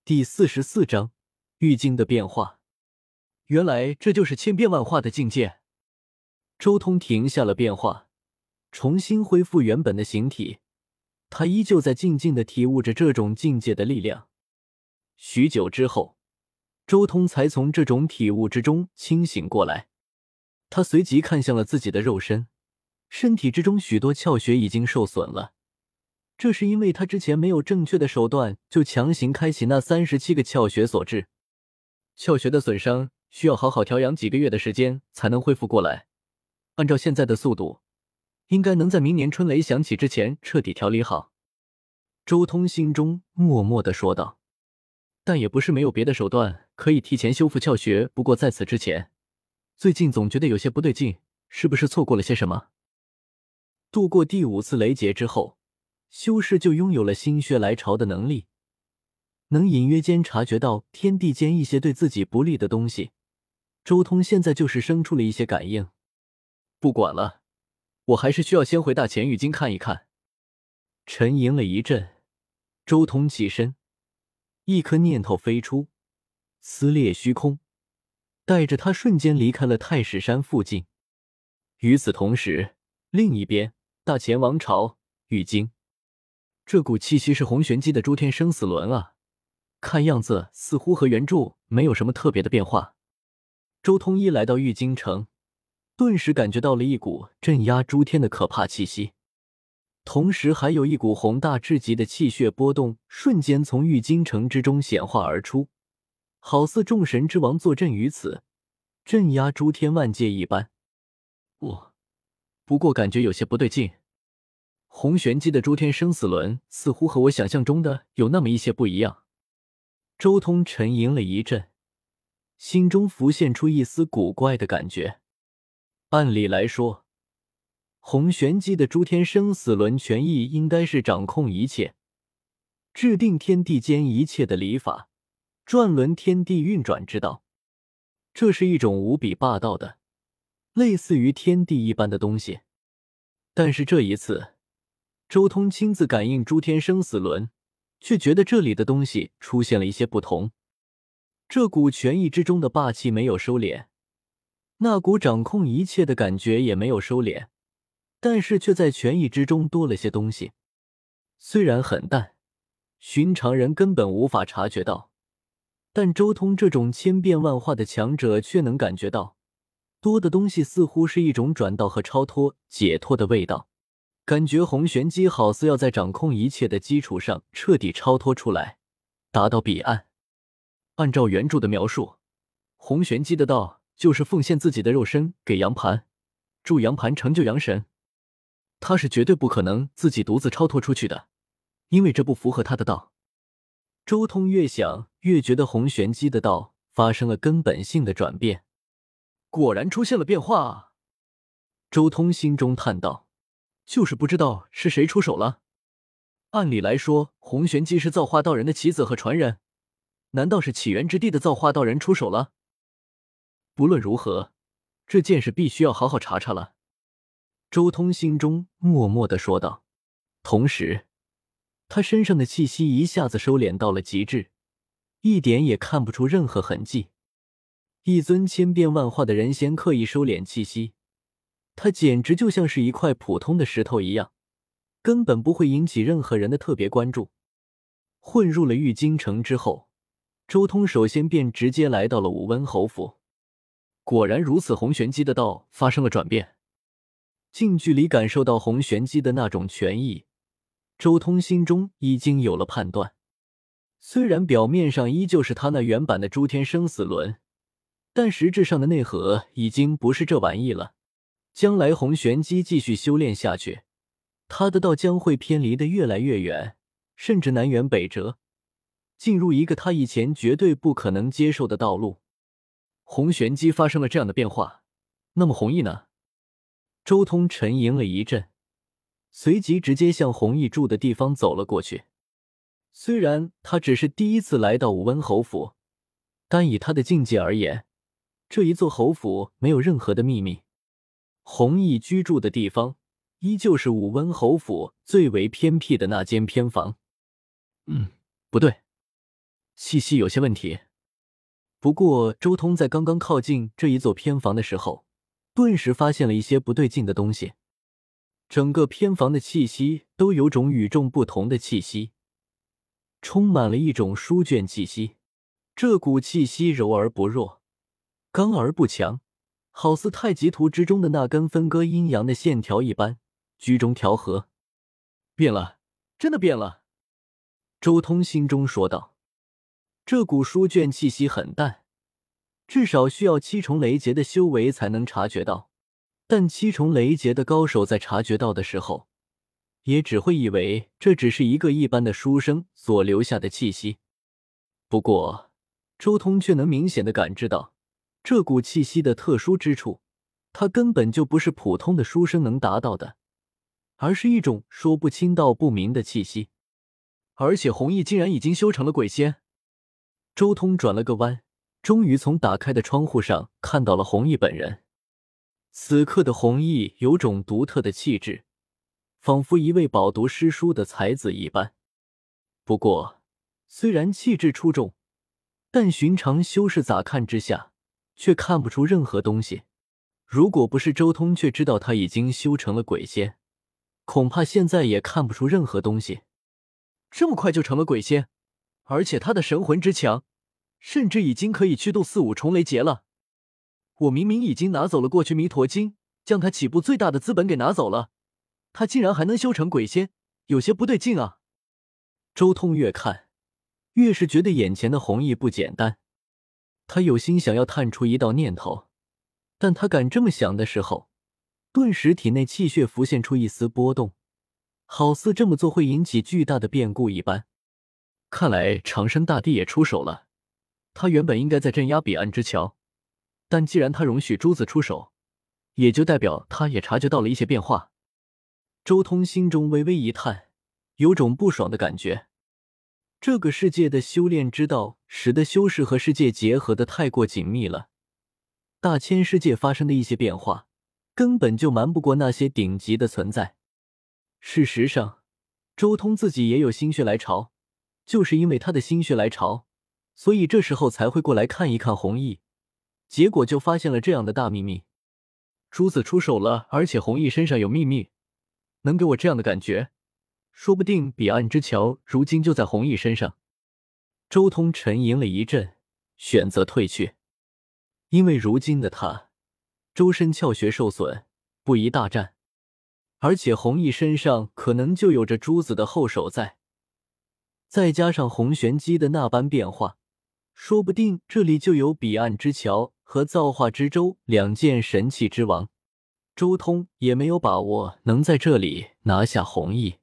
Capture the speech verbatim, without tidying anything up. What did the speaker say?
第四十四章玉京的变化。原来这就是千变万化的境界。周通停下了变化，重新恢复原本的形体，他依旧在静静地体悟着这种境界的力量。许久之后，周通才从这种体悟之中清醒过来。他随即看向了自己的肉身，身体之中许多窍穴已经受损了，这是因为他之前没有正确的手段就强行开启那三十七个窍穴所致。窍穴的损伤需要好好调养几个月的时间才能恢复过来，按照现在的速度，应该能在明年春雷响起之前彻底调理好。周通心中默默地说道。但也不是没有别的手段可以提前修复窍穴，不过在此之前，最近总觉得有些不对劲，是不是错过了些什么？度过第五次雷劫之后，修士就拥有了心血来潮的能力，能隐约间察觉到天地间一些对自己不利的东西。周通现在就是生出了一些感应。不管了，我还是需要先回大乾玉京看一看。沉吟了一阵，周通起身，一颗念头飞出，撕裂虚空，带着他瞬间离开了太史山附近。与此同时，另一边，大乾王朝玉京，这股气息是洪玄机的诸天生死轮啊，看样子似乎和原著没有什么特别的变化。周通一来到玉京城，顿时感觉到了一股镇压诸天的可怕气息，同时还有一股宏大至极的气血波动瞬间从玉京城之中显化而出，好似众神之王坐镇于此，镇压诸天万界一般。我不过感觉有些不对劲，洪玄机的诸天生死轮似乎和我想象中的有那么一些不一样。周通沉吟了一阵，心中浮现出一丝古怪的感觉。按理来说，洪玄机的诸天生死轮权益应该是掌控一切，制定天地间一切的理法，转轮天地运转之道。这是一种无比霸道的，类似于天地一般的东西。但是这一次，周通亲自感应诸天生死轮，却觉得这里的东西出现了一些不同。这股权益之中的霸气没有收敛，那股掌控一切的感觉也没有收敛，但是却在权益之中多了些东西。虽然很淡，寻常人根本无法察觉到，但周通这种千变万化的强者却能感觉到，多的东西似乎是一种转道和超脱、解脱的味道。感觉洪玄机好似要在掌控一切的基础上彻底超脱出来，达到彼岸。按照原著的描述，洪玄机的道就是奉献自己的肉身给杨盘，助杨盘成就阳神。他是绝对不可能自己独自超脱出去的，因为这不符合他的道。周通越想越觉得洪玄机的道发生了根本性的转变，果然出现了变化啊！周通心中叹道，就是不知道是谁出手了。按理来说，洪玄机是造化道人的棋子和传人，难道是起源之地的造化道人出手了？不论如何，这件事必须要好好查查了。周通心中默默地说道，同时他身上的气息一下子收敛到了极致，一点也看不出任何痕迹。一尊千变万化的人仙刻意收敛气息，他简直就像是一块普通的石头一样，根本不会引起任何人的特别关注。混入了玉京城之后，周通首先便直接来到了武温侯府。果然如此，洪玄机的道发生了转变。近距离感受到洪玄机的那种权益，周通心中已经有了判断。虽然表面上依旧是他那原版的诸天生死轮，但实质上的内核已经不是这玩意了。将来洪玄机继续修炼下去，他的道将会偏离得越来越远，甚至南辕北辙，进入一个他以前绝对不可能接受的道路。洪玄机发生了这样的变化，那么弘毅呢？周通沉吟了一阵，随即直接向弘毅住的地方走了过去。虽然他只是第一次来到武温侯府，但以他的境界而言，这一座侯府没有任何的秘密。弘毅居住的地方依旧是武温侯府最为偏僻的那间偏房。嗯，不对， 气息有些问题。不过周通在刚刚靠近这一座偏房的时候，顿时发现了一些不对劲的东西。整个偏房的气息都有种与众不同的气息，充满了一种书卷气息。这股气息柔而不弱，刚而不强，好似太极图之中的那根分割阴阳的线条一般，居中调和。变了，真的变了。周通心中说道。这股书卷气息很淡，至少需要七重雷劫的修为才能察觉到，但七重雷劫的高手在察觉到的时候，也只会以为这只是一个一般的书生所留下的气息。不过周通却能明显地感知到这股气息的特殊之处，它根本就不是普通的书生能达到的，而是一种说不清道不明的气息。而且弘毅竟然已经修成了鬼仙。周通转了个弯，终于从打开的窗户上看到了弘毅本人。此刻的弘毅有种独特的气质，仿佛一位饱读诗书的才子一般。不过虽然气质出众，但寻常修士咋看之下却看不出任何东西。如果不是周通却知道他已经修成了鬼仙，恐怕现在也看不出任何东西。这么快就成了鬼仙，而且他的神魂之强，甚至已经可以驱动四五重雷劫了。我明明已经拿走了过去弥陀经，将他起步最大的资本给拿走了，他竟然还能修成鬼仙，有些不对劲啊。周通越看越是觉得眼前的弘毅不简单。他有心想要探出一道念头，但他敢这么想的时候，顿时体内气血浮现出一丝波动，好似这么做会引起巨大的变故一般。看来长生大帝也出手了，他原本应该在镇压彼岸之桥，但既然他容许朱子出手，也就代表他也察觉到了一些变化。周通心中微微一叹，有种不爽的感觉。这个世界的修炼之道使得修士和世界结合得太过紧密了，大千世界发生的一些变化根本就瞒不过那些顶级的存在。事实上周通自己也有心血来潮，就是因为他的心血来潮，所以这时候才会过来看一看弘毅，结果就发现了这样的大秘密。朱子出手了，而且弘毅身上有秘密，能给我这样的感觉，说不定彼岸之桥如今就在弘毅身上。周通沉吟了一阵，选择退去。因为如今的他周身窍穴受损，不宜大战，而且弘毅身上可能就有着朱子的后手在，再加上洪玄机的那般变化，说不定这里就有彼岸之桥和造化之舟两件神器之王。周通也没有把握能在这里拿下弘毅。